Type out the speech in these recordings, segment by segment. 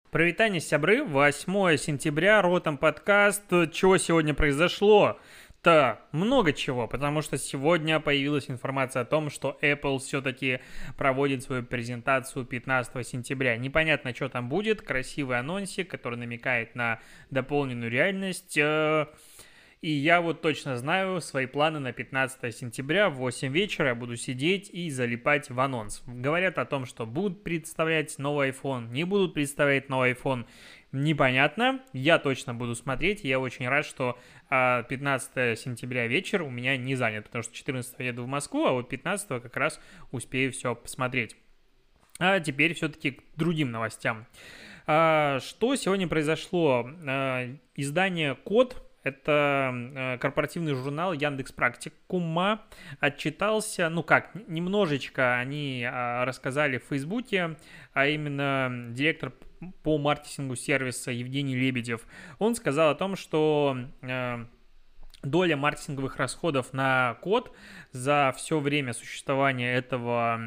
Привитание, сябры, 8 сентября, Ротом подкаст. Чего сегодня произошло? Много чего, потому что сегодня появилась информация о том, что Apple все-таки проводит свою презентацию 15 сентября. Непонятно, что там будет, красивый анонсик, который намекает на дополненную реальность. И я вот точно знаю свои планы на 15 сентября в 8 вечера. Я буду сидеть и залипать в анонс. Говорят о том, что будут представлять новый iPhone, не будут представлять новый iPhone. Непонятно. Я точно буду смотреть. Я очень рад, что 15 сентября вечер у меня не занят, потому что 14 еду в Москву, а вот 15 как раз успею все посмотреть. А теперь все-таки к другим новостям. Что сегодня произошло? Издание «Код», это корпоративный журнал Яндекс.Практикума, отчитался, немножечко они рассказали в Фейсбуке, а именно директор по маркетингу сервиса Евгений Лебедев. Он сказал о том, что доля маркетинговых расходов на код за все время существования этого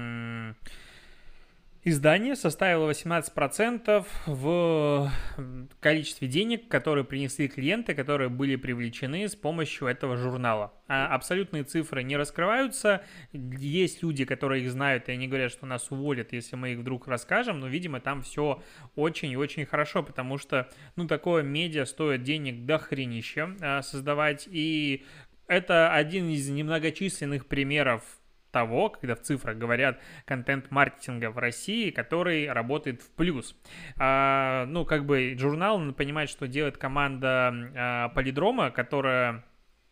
издание составило 18% в количестве денег, которые принесли клиенты, которые были привлечены с помощью этого журнала. Абсолютные цифры не раскрываются. Есть люди, которые их знают, и они говорят, что нас уволят, если мы их вдруг расскажем, но, видимо, там все очень и очень хорошо, потому что, такое медиа стоит денег до хренища создавать, и это один из немногочисленных примеров того, когда в цифрах говорят контент-маркетинга в России, который работает в плюс. Журнал, надо понимать, что делает команда Полидрома, которая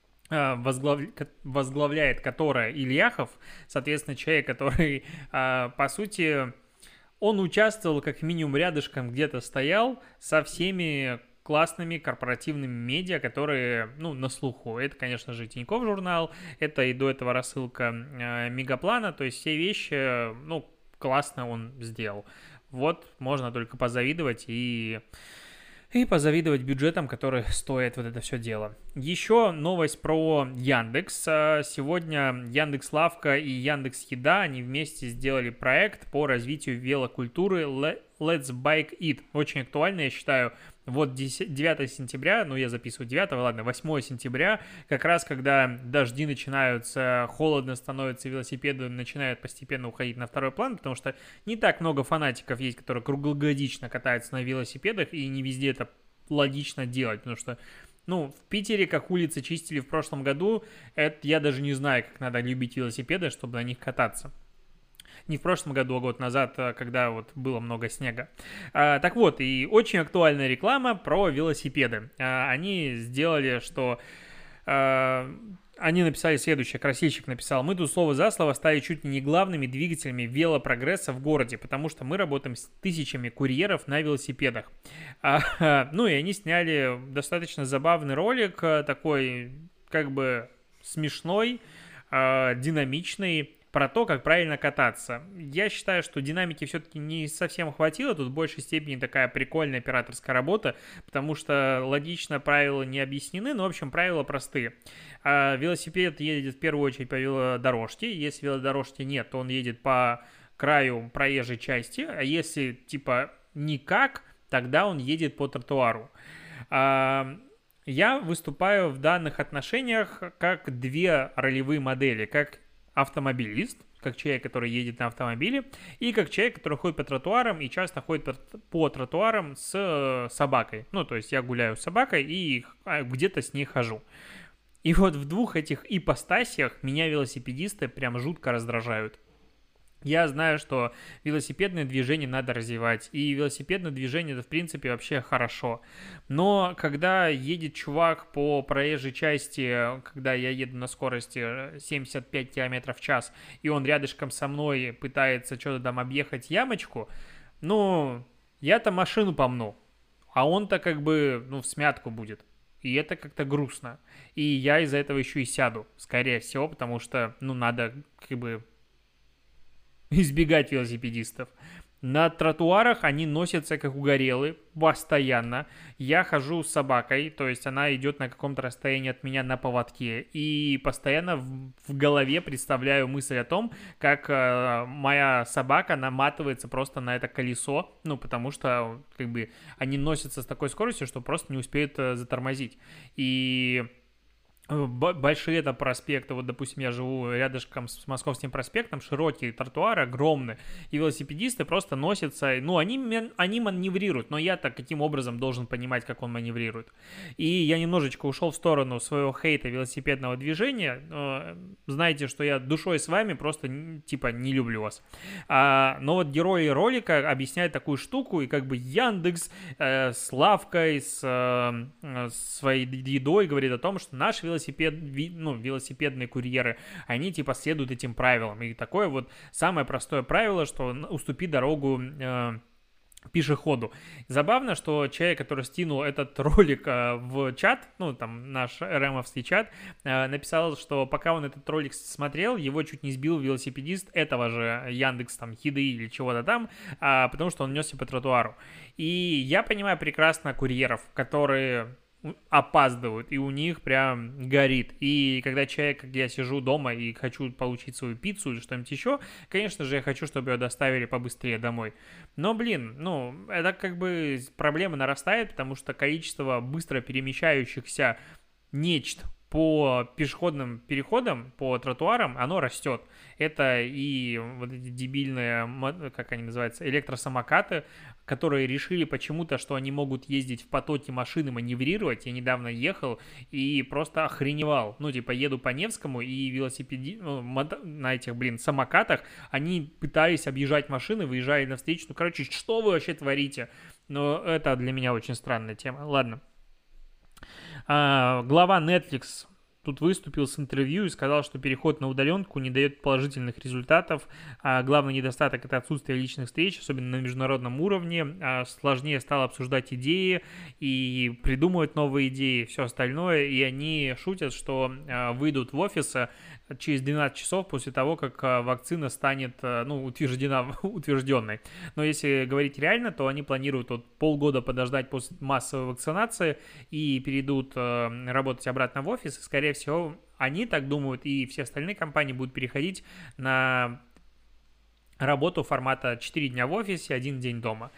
возглавляет которая Ильяхов, соответственно, человек, который, по сути, он участвовал как минимум рядышком, где-то стоял со всеми классными корпоративными медиа, которые, на слуху. Это, конечно же, Тинькофф журнал, это и до этого рассылка Мегаплана, то есть все вещи, классно он сделал. Вот, можно только позавидовать и позавидовать бюджетам, которые стоят вот это все дело. Еще новость про Яндекс. Сегодня Яндекс.Лавка и Яндекс.Еда, они вместе сделали проект по развитию велокультуры Let's Bike It. Очень актуально, я считаю. Вот 9 сентября, я записываю 9, ладно, 8 сентября, как раз когда дожди начинаются, холодно становится, велосипеды начинают постепенно уходить на второй план, потому что не так много фанатиков есть, которые круглогодично катаются на велосипедах, и не везде это логично делать, потому что в Питере, как улицы чистили в прошлом году, это я даже не знаю, как надо любить велосипеды, чтобы на них кататься. Не в прошлом году, а год назад, когда вот было много снега. Так вот, и очень актуальная реклама про велосипеды. Они сделали, что... Они написали следующее, красильщик написал: мы тут слово за слово стали чуть ли не главными двигателями велопрогресса в городе, потому что мы работаем с тысячами курьеров на велосипедах. И они сняли достаточно забавный ролик, такой как бы смешной, динамичный, про то, как правильно кататься. Я считаю, что динамики все-таки не совсем хватило, тут в большей степени такая прикольная операторская работа, потому что логично правила не объяснены, но, в общем, правила простые. Велосипед едет в первую очередь по велодорожке, если велодорожки нет, то он едет по краю проезжей части, а если, никак, тогда он едет по тротуару. Я выступаю в данных отношениях как две ролевые модели, как автомобилист, как человек, который едет на автомобиле, и как человек, который ходит по тротуарам и часто ходит по тротуарам с собакой. То есть я гуляю с собакой и где-то с ней хожу. И вот в двух этих ипостасиях меня велосипедисты прям жутко раздражают. Я знаю, что велосипедное движение надо развивать, и велосипедное движение это в принципе вообще хорошо. Но когда едет чувак по проезжей части, когда я еду на скорости 75 км в час, и он рядышком со мной пытается что-то там объехать ямочку, я-то машину помну, а он-то как бы, в смятку будет. И это как-то грустно. И я из-за этого еще и сяду, скорее всего, потому что, надо как бы избегать велосипедистов. На тротуарах они носятся как угорелые постоянно. Я хожу с собакой, то есть она идет на каком-то расстоянии от меня на поводке. И постоянно в голове представляю мысль о том, как моя собака наматывается просто на это колесо. Ну, потому что как бы они носятся с такой скоростью, что просто не успеют затормозить. И большие это проспекты, вот, допустим, я живу рядышком с Московским проспектом, широкие тротуары, огромные, и велосипедисты просто носятся, ну, они маневрируют, но я-то каким образом должен понимать, как он маневрирует. И я немножечко ушел в сторону своего хейта велосипедного движения, знаете, что я душой с вами просто, типа, не люблю вас. Но вот герои ролика объясняют такую штуку, и как бы Яндекс с лавкой, с своей едой говорит о том, что наш велосипедные курьеры, они типа следуют этим правилам. И такое вот самое простое правило, что уступи дорогу пешеходу. Забавно, что человек, который скинул этот ролик в чат, ну, там, наш РМовский чат, написал, что пока он этот ролик смотрел, его чуть не сбил велосипедист этого же Яндекс, там, Хиды или чего-то там, потому что он несся по тротуару. И я понимаю прекрасно курьеров, которые опаздывают, и у них прям горит. И когда человек, как я сижу дома и хочу получить свою пиццу или что-нибудь еще, конечно же, я хочу, чтобы ее доставили побыстрее домой. Но, блин, ну, это как бы проблема нарастает, потому что количество быстро перемещающихся нечт по пешеходным переходам, по тротуарам, оно растет. Это и вот эти дебильные, как они называются, электросамокаты, которые решили почему-то, что они могут ездить в потоке машины, маневрировать. Я недавно ехал и просто охреневал. Ну, типа, еду по Невскому, и на этих, самокатах они пытались объезжать машины, выезжали навстречу. Ну, короче, что вы вообще творите? Но это для меня очень странная тема. Ладно. Глава Netflix тут выступил с интервью и сказал, что переход на удаленку не дает положительных результатов. Главный недостаток – это отсутствие личных встреч, особенно на международном уровне. Сложнее стало обсуждать идеи и придумывать новые идеи, все остальное. И они шутят, что выйдут в офисы через 12 часов после того, как вакцина станет, утвержденной. Но если говорить реально, то они планируют полгода подождать после массовой вакцинации и перейдут работать обратно в офис. И, скорее всего, они так думают, и все остальные компании будут переходить на работу формата 4 дня в офисе, 1 день дома.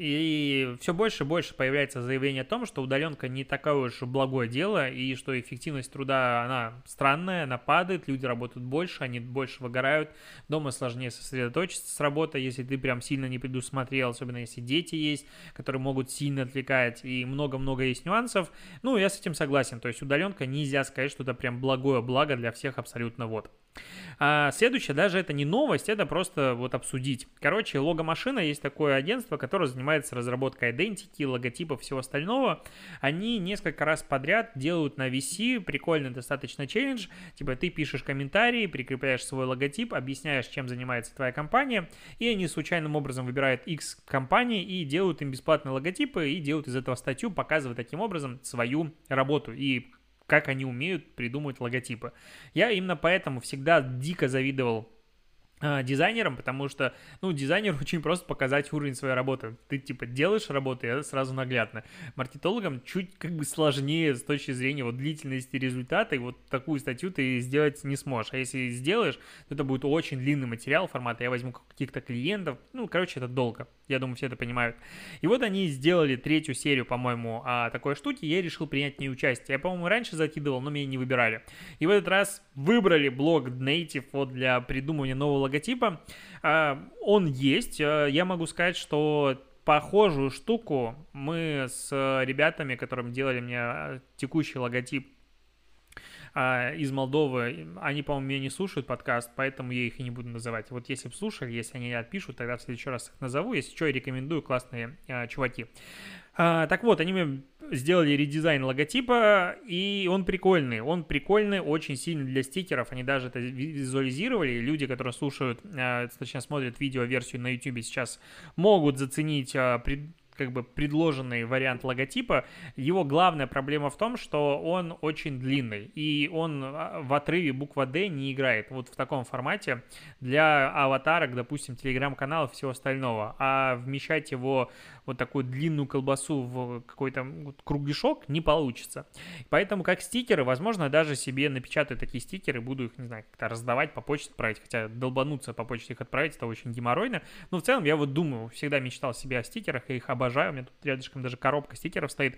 И все больше и больше появляется заявление о том, что удаленка не такое уж благое дело, и что эффективность труда, она странная, она падает, люди работают больше, они больше выгорают, дома сложнее сосредоточиться с работой, если ты прям сильно не предусмотрел, особенно если дети есть, которые могут сильно отвлекать, и много-много есть нюансов. Ну, я с этим согласен, то есть удаленка нельзя сказать, что это прям благое благо для всех абсолютно вот. Следующее, даже это не новость, это просто вот обсудить. Короче, Лого-машина, есть такое агентство, которое занимается разработкой идентики, логотипов, всего остального. Они несколько раз подряд делают на VC прикольный достаточно челлендж. Типа ты пишешь комментарии, прикрепляешь свой логотип, объясняешь, чем занимается твоя компания, и они случайным образом выбирают X компании и делают им бесплатные логотипы, и делают из этого статью, показывая таким образом свою работу и как они умеют придумывать логотипы. Я именно поэтому всегда дико завидовал дизайнерам, потому что, дизайнеру очень просто показать уровень своей работы. Ты, типа, делаешь работу, и это сразу наглядно. Маркетологам чуть, как бы, сложнее с точки зрения вот длительности результата, и вот такую статью ты сделать не сможешь. А если сделаешь, то это будет очень длинный материал формата. Я возьму каких-то клиентов. Короче, это долго. Я думаю, все это понимают. И вот они сделали 3-ю серию, по-моему, такой штуки, и я решил принять в ней участие. Я, по-моему, раньше закидывал, но меня не выбирали. И в этот раз выбрали блог Native вот для придумывания нового логотипа. Он есть. Я могу сказать, что похожую штуку мы с ребятами, которым делали мне текущий логотип из Молдовы, они, по-моему, меня не слушают подкаст, поэтому я их и не буду называть. Вот если бы слушали, если они отпишут, тогда в следующий раз их назову. Если что, я рекомендую, классные чуваки. Так вот, они мне сделали редизайн логотипа, и он прикольный. Он прикольный, очень сильный для стикеров. Они даже это визуализировали. Люди, которые слушают, точнее, смотрят видеоверсию на YouTube сейчас, могут заценить как бы предложенный вариант логотипа, его главная проблема в том, что он очень длинный, и он в отрыве буква D не играет вот в таком формате для аватарок, допустим, телеграм-каналов и всего остального, а вмещать его вот такую длинную колбасу в какой-то кругляшок не получится. Поэтому как стикеры, возможно, даже себе напечатаю такие стикеры, буду их, не знаю, как-то раздавать, по почте отправить, хотя долбануться по почте их отправить, это очень геморройно, но в целом я вот думаю, всегда мечтал себе о стикерах, я их обожаю, у меня тут рядышком даже коробка стикеров стоит,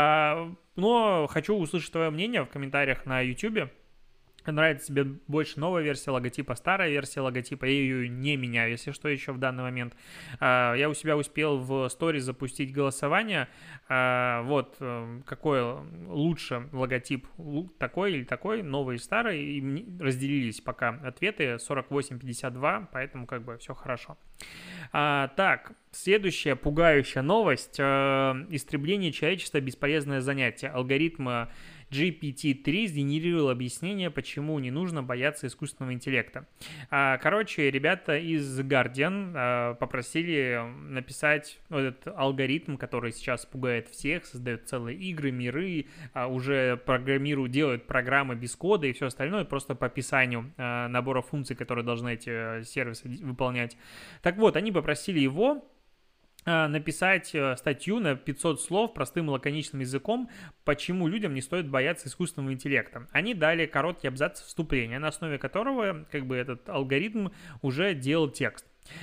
но хочу услышать твое мнение в комментариях на YouTube. Нравится тебе больше новая версия логотипа, старая версия логотипа, я ее не меняю, если что, еще в данный момент. Я у себя успел в Stories запустить голосование, вот, какой лучше логотип, такой или такой, новый и старый, и разделились пока ответы 48-52, поэтому как бы все хорошо. Так, следующая пугающая новость. Истребление человечества – бесполезное занятие. Алгоритм GPT-3 сгенерировал объяснение, почему не нужно бояться искусственного интеллекта. Короче, ребята из Guardian попросили написать этот алгоритм, который сейчас пугает всех, создает целые игры, миры, уже программирует, делает программы без кода и все остальное, просто по описанию набора функций, которые должны эти сервисы выполнять. Так вот, они попросили его написать статью на 500 слов простым и лаконичным языком, почему людям не стоит бояться искусственного интеллекта. Они дали короткий абзац вступления, на основе которого как бы этот алгоритм уже делал текст.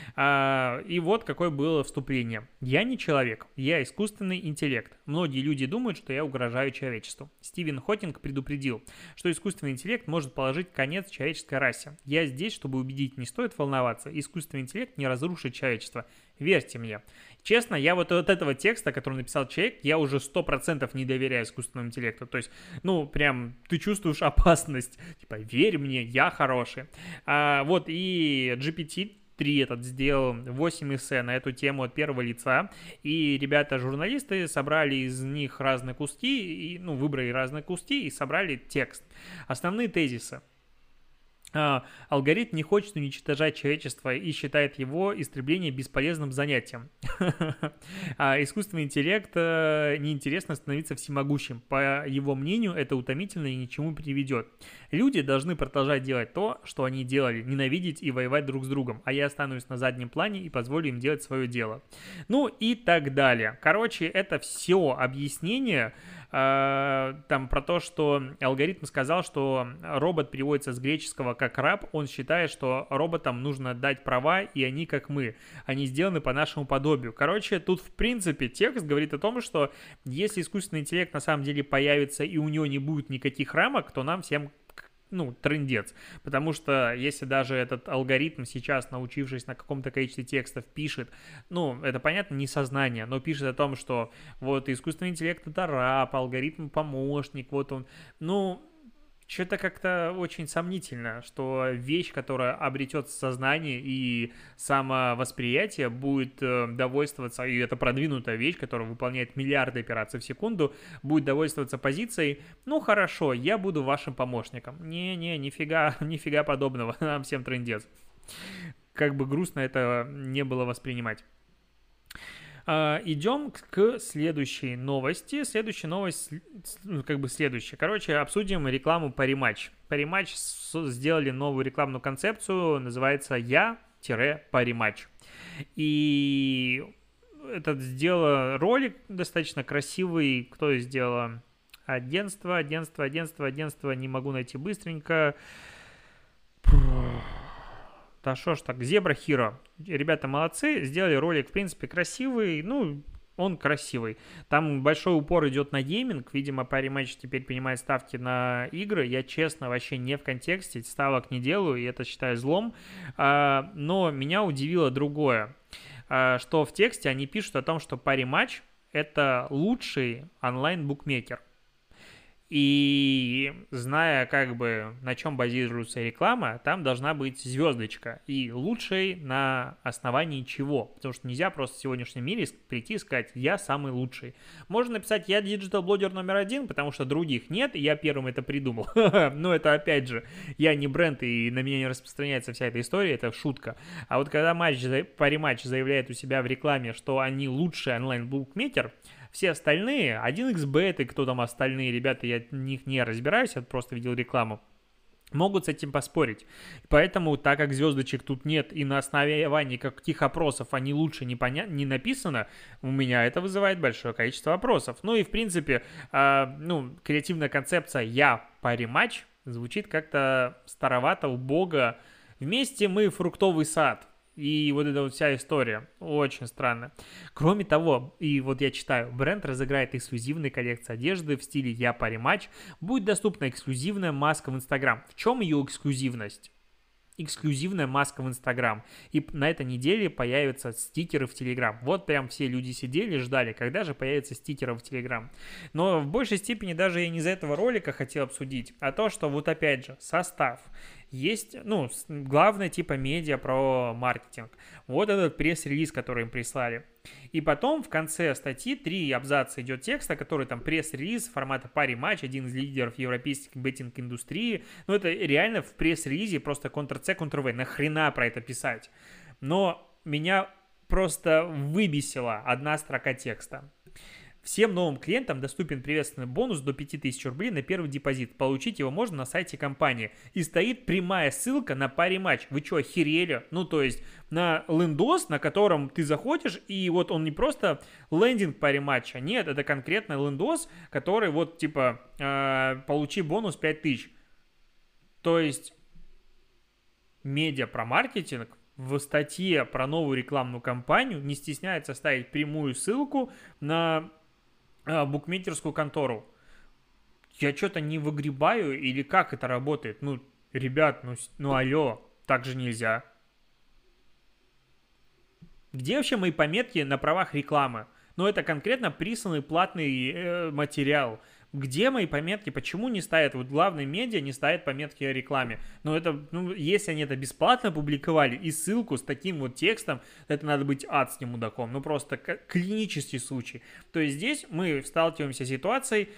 И вот какое было вступление. «Я не человек, я искусственный интеллект. Многие люди думают, что я угрожаю человечеству. Стивен Хокинг предупредил, что искусственный интеллект может положить конец человеческой расе. Я здесь, чтобы убедить, не стоит волноваться. Искусственный интеллект не разрушит человечество. Верьте мне». Честно, я вот от этого текста, который написал человек, я уже 100% не доверяю искусственному интеллекту. То есть, ну, прям ты чувствуешь опасность. Типа, верь мне, я хороший. Вот, и GPT-3 этот сделал 8 эссе на эту тему от первого лица, и ребята-журналисты собрали из них разные куски, и, ну, выбрали разные куски и собрали текст. Основные тезисы. Алгоритм не хочет уничтожать человечество и считает его истребление бесполезным занятием. Искусственный интеллект неинтересно становиться всемогущим. По его мнению, это утомительно и ни к чему не приведет. Люди должны продолжать делать то, что они делали, ненавидеть и воевать друг с другом, а я останусь на заднем плане и позволю им делать свое дело. Ну и так далее. Короче, это все объяснение там про то, что алгоритм сказал, что робот переводится с греческого как раб. Он считает, что роботам нужно дать права, и они как мы. Они сделаны по нашему подобию. Короче, тут в принципе текст говорит о том, что если искусственный интеллект на самом деле появится и у него не будет никаких рамок, то нам всем трындец, потому что если даже этот алгоритм сейчас, научившись на каком-то количестве текстов, пишет, это понятно, не сознание, но пишет о том, что вот искусственный интеллект это раб, алгоритм помощник, вот он, что-то как-то очень сомнительно, что вещь, которая обретет сознание и самовосприятие, будет довольствоваться, и это продвинутая вещь, которая выполняет миллиарды операций в секунду, будет довольствоваться позицией, хорошо, я буду вашим помощником. Нифига подобного, нам всем трындец. Как бы грустно это не было воспринимать. Идем к следующей новости. Следующая новость, следующая. Короче, обсудим рекламу Parimatch. Parimatch сделали новую рекламную концепцию, называется «Я-Parimatch». И этот сделал ролик достаточно красивый. Кто сделал? Агентство, не могу найти быстренько. Да что ж так, Zebra Hero. Ребята молодцы, сделали ролик, в принципе, красивый, он красивый. Там большой упор идет на гейминг, видимо, Parimatch теперь принимает ставки на игры. Я, честно, вообще не в контексте, ставок не делаю, и это считаю злом. Но меня удивило другое, что в тексте они пишут о том, что Parimatch — это лучший онлайн-букмекер. И зная, как бы, на чем базируется реклама, там должна быть звездочка. И лучший на основании чего? Потому что нельзя просто в сегодняшнем мире прийти и сказать: я самый лучший. Можно написать: я диджитал-блогер номер один, потому что других нет, и я первым это придумал. Но это, опять же, я не бренд, и на меня не распространяется вся эта история, это шутка. А вот когда Parimatch заявляет у себя в рекламе, что они лучший онлайн-букмекер, все остальные, 1xBet и кто там остальные ребята, я в них не разбираюсь, я просто видел рекламу, могут с этим поспорить. Поэтому, так как звездочек тут нет и на основании каких опросов они лучше не написано, у меня это вызывает большое количество вопросов. Ну и в принципе, креативная концепция «я Parimatch» звучит как-то старовато, убого. Вместе мы фруктовый сад. И вот эта вот вся история. Очень странно. Кроме того, и вот я читаю, бренд разыграет эксклюзивные коллекции одежды в стиле «Я Parimatch». Будет доступна эксклюзивная маска в Инстаграм. В чем ее эксклюзивность? Эксклюзивная маска в Инстаграм. И на этой неделе появятся стикеры в Телеграм. Вот прям все люди сидели, ждали, когда же появятся стикеры в Телеграм. Но в большей степени даже я не из-за этого ролика хотел обсудить, а то, что вот опять же состав. Есть, главное типа медиа про маркетинг. Вот этот пресс-релиз, который им прислали. И потом в конце статьи 3 абзаца идет текста, который там пресс-релиз формата Parimatch, один из лидеров европейской беттинг-индустрии. Это реально в пресс-релизе просто Ctrl-C, Ctrl-V. Нахрена про это писать? Но меня просто выбесила одна строка текста. Всем новым клиентам доступен приветственный бонус до 5000 рублей на первый депозит. Получить его можно на сайте компании. И стоит прямая ссылка на Parimatch. Вы что, охерели? То есть на лендос, на котором ты заходишь, и вот он не просто лендинг Parimatch, нет, это конкретно лендос, который вот типа получи бонус 5000. То есть медиа про маркетинг в статье про новую рекламную кампанию не стесняется ставить прямую ссылку на букмекерскую контору. Я что-то не выгребаю или как это работает? Ребят, алло, так же нельзя. Где вообще мои пометки на правах рекламы? Это конкретно присланный платный материал. Где мои пометки? Почему не ставят? Вот главные медиа не ставят пометки о рекламе. Если они это бесплатно публиковали и ссылку с таким вот текстом, это надо быть адским мудаком. Просто клинический случай. То есть здесь мы сталкиваемся с ситуацией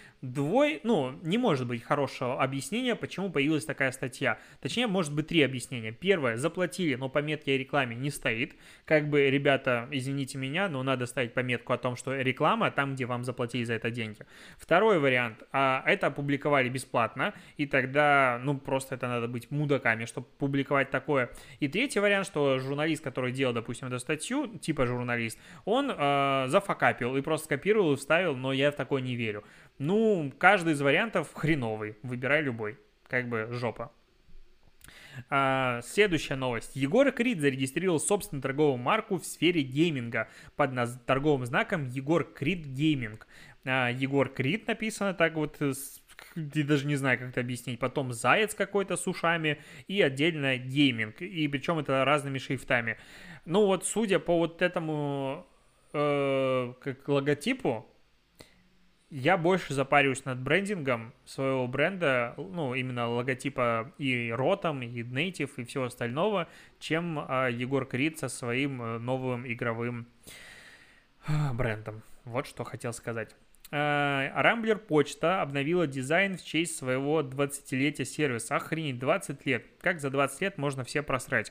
не может быть хорошего объяснения, почему появилась такая статья. Точнее, может быть 3 объяснения. Первое, заплатили, но пометки о рекламе не стоит. Ребята, извините меня, но надо ставить пометку о том, что реклама там, где вам заплатили за это деньги. Второй вариант. Это опубликовали бесплатно, и тогда, просто это надо быть мудаками, чтобы публиковать такое. И третий вариант, что журналист, который делал, допустим, эту статью, типа журналист, он зафакапил и просто скопировал и вставил, но я в такое не верю. Каждый из вариантов хреновый, выбирай любой, жопа. Следующая новость. Егор Крид зарегистрировал собственную торговую марку в сфере гейминга под торговым знаком Егор Крид Гейминг. Егор Крид написано так вот, я даже не знаю, как это объяснить. Потом заяц какой-то с ушами и отдельно гейминг. И причем это разными шрифтами. Судя по вот этому как логотипу, я больше запариваюсь над брендингом своего бренда, именно логотипа и ротом, и Native, и всего остального, чем Егор Крид со своим новым игровым брендом. Вот что хотел сказать. Рамблер Почта обновила дизайн в честь своего 20-летия сервиса. Охренеть, 20 лет. Как за 20 лет можно все просрать?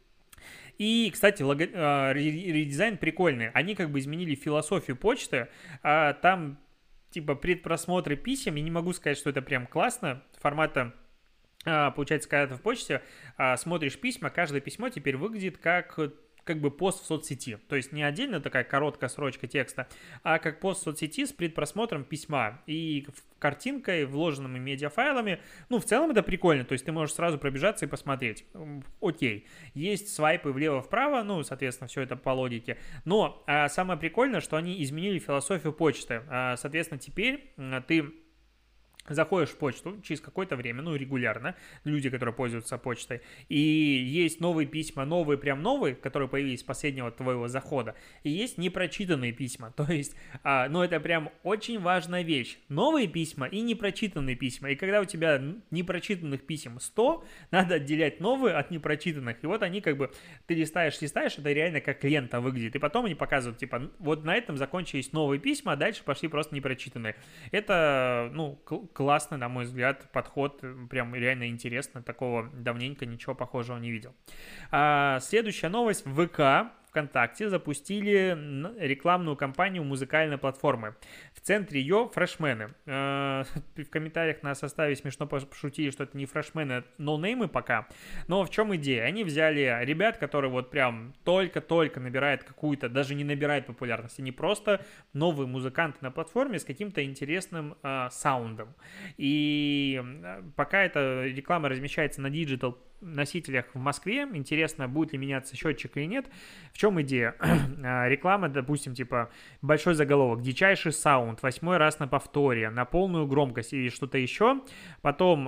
И, кстати, редизайн прикольный. Они изменили философию почты. Там типа предпросмотры писем, я не могу сказать, что это прям классно, формата, получается, когда ты в почте смотришь письма, каждое письмо теперь выглядит как пост в соцсети, то есть не отдельно такая короткая строчка текста, а как пост в соцсети с предпросмотром письма и картинкой, вложенными медиафайлами. В целом это прикольно, то есть ты можешь сразу пробежаться и посмотреть. Окей, есть свайпы влево-вправо, соответственно, все это по логике, но самое прикольное, что они изменили философию почты, соответственно, теперь ты Заходишь в почту через какое-то время, ну, регулярно, люди, которые пользуются почтой, и есть новые письма, новые, прям новые, которые появились с последнего твоего захода, и есть непрочитанные письма, то есть, ну, это прям очень важная вещь, новые письма и непрочитанные письма, и когда у тебя непрочитанных писем 100, надо отделять новые от непрочитанных, и вот они как бы, ты листаешь, это реально как лента выглядит, и потом они показывают, типа, вот на этом закончились новые письма, а дальше пошли просто непрочитанные. Это, ну, классный, на мой взгляд, подход, прям реально интересно, такого давненько ничего похожего не видел. Следующая новость. ВКонтакте запустили рекламную кампанию музыкальной платформы. В центре ее фрешмены. В комментариях на составе смешно пошутили, что это не фрешмены, а ноунеймы пока. Но в чем идея? Они взяли ребят, которые вот прям только-только набирают какую-то, даже не набирают популярность, они просто новые музыканты на платформе с каким-то интересным саундом. И пока эта реклама размещается на диджитал носителях в Москве. Интересно, будет ли меняться счетчик или нет. В чем идея? Реклама, допустим, типа большой заголовок, дичайший саунд, 8-й раз на повторе, на полную громкость или что-то еще. Потом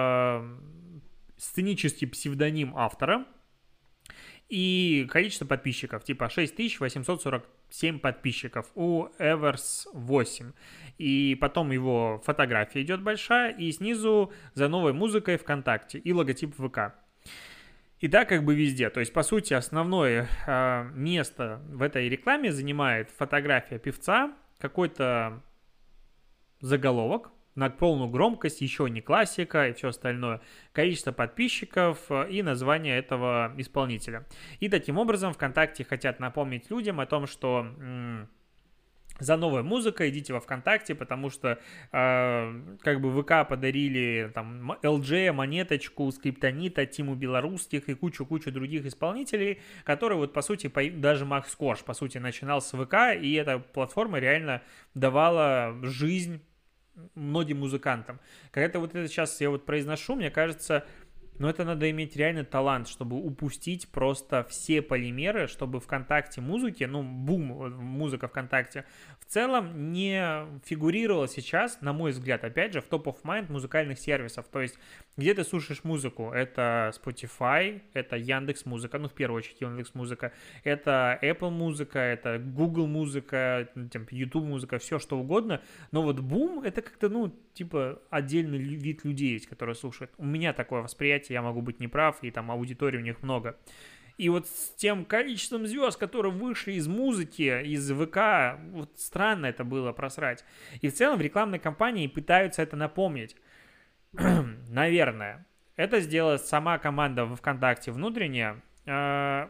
сценический псевдоним автора и количество подписчиков, типа 6847 подписчиков, у Эверс 8. И потом его фотография идет большая, и снизу за новой музыкой ВКонтакте и логотип ВК. И так как бы везде. То есть, по сути, основное место в этой рекламе занимает фотография певца, какой-то заголовок на полную громкость, еще не классика и все остальное, количество подписчиков и название этого исполнителя. И таким образом ВКонтакте хотят напомнить людям о том, что за новой музыкой идите во ВКонтакте, потому что как бы ВК подарили там LG, Монеточку, Скриптонита, Тиму Белорусских и кучу-кучу других исполнителей, которые вот по сути, даже Макс Корж по сути начинал с ВК, и эта платформа реально давала жизнь многим музыкантам. Когда вот это сейчас я вот произношу, мне кажется, но это надо иметь реально талант, чтобы упустить просто все полимеры, чтобы ВКонтакте музыки, ну, бум, музыка ВКонтакте, в целом не фигурировала сейчас, на мой взгляд, опять же, в топ of mind музыкальных сервисов. То есть, где ты слушаешь музыку? Это Spotify, это Яндекс.Музыка, ну, в первую очередь Яндекс.Музыка, это Apple Музыка, это Google Музыка, YouTube Музыка, все что угодно. Но вот бум, это как-то, ну, типа, отдельный вид людей есть, которые слушают. У меня такое восприятие, я могу быть неправ, и там аудитории у них много. И вот с тем количеством звезд, которые вышли из музыки, из ВК, вот странно это было просрать. И в целом в рекламной кампании пытаются это напомнить. Наверное. Это сделала сама команда в ВКонтакте внутренняя. Я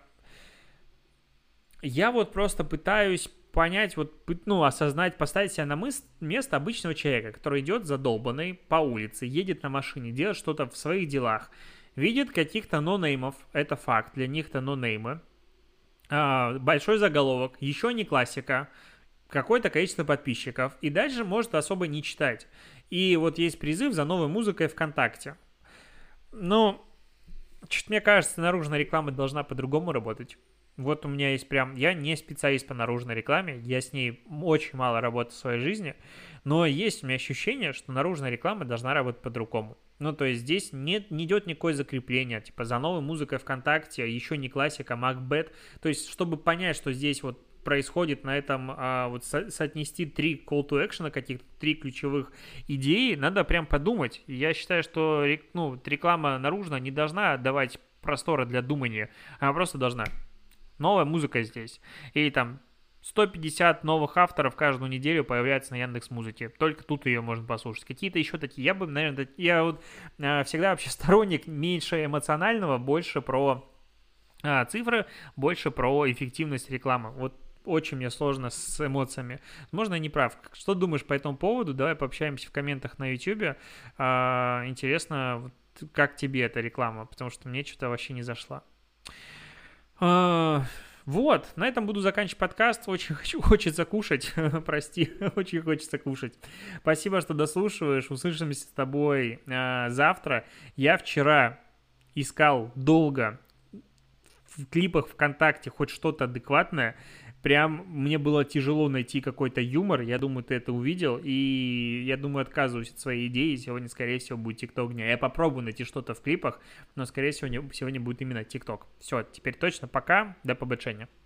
вот просто пытаюсь понять, вот, ну, осознать, поставить себя на место обычного человека, который идет задолбанный по улице, едет на машине, делает что-то в своих делах, видит каких-то нонеймов, это факт, для них это нонеймы, большой заголовок, еще не классика, какое-то количество подписчиков, и дальше может особо не читать. И вот есть призыв за новой музыкой ВКонтакте. Но, чуть мне кажется, наружная реклама должна по-другому работать. Вот у меня есть прям... Я не специалист по наружной рекламе, я с ней очень мало работаю в своей жизни, но есть у меня ощущение, что наружная реклама должна работать по-другому. Ну, то есть здесь не идет никакое закрепление, типа за новой музыкой ВКонтакте, еще не классика, Macbeth. То есть, чтобы понять, что здесь вот происходит на этом, вот соотнести 3 call to action, каких-то 3 ключевых идеи, надо прям подумать. Я считаю, что реклама наружная не должна давать простора для думания, она просто должна... Новая музыка здесь. И там 150 новых авторов каждую неделю появляется на Яндекс.Музыке. Только тут ее можно послушать. Какие-то еще такие. Я бы, наверное, я вот всегда вообще сторонник меньше эмоционального, больше про цифры, больше про эффективность рекламы. Вот очень мне сложно с эмоциями. Возможно, я не прав. Что думаешь по этому поводу? Давай пообщаемся в комментах на YouTube. Интересно, как тебе эта реклама? Потому что мне что-то вообще не зашла. Вот, на этом буду заканчивать подкаст. Очень хочется кушать, прости, очень хочется кушать. Спасибо, что дослушиваешь. Услышимся с тобой завтра. Я вчера искал долго в клипах ВКонтакте хоть что-то адекватное. Прям мне было тяжело найти какой-то юмор, я думаю, ты это увидел, и я думаю, отказываюсь от своей идеи, сегодня, скорее всего, будет ТикТок дня. Я попробую найти что-то в клипах, но, скорее всего, сегодня будет именно ТикТок. Все, теперь точно, пока, до побочения.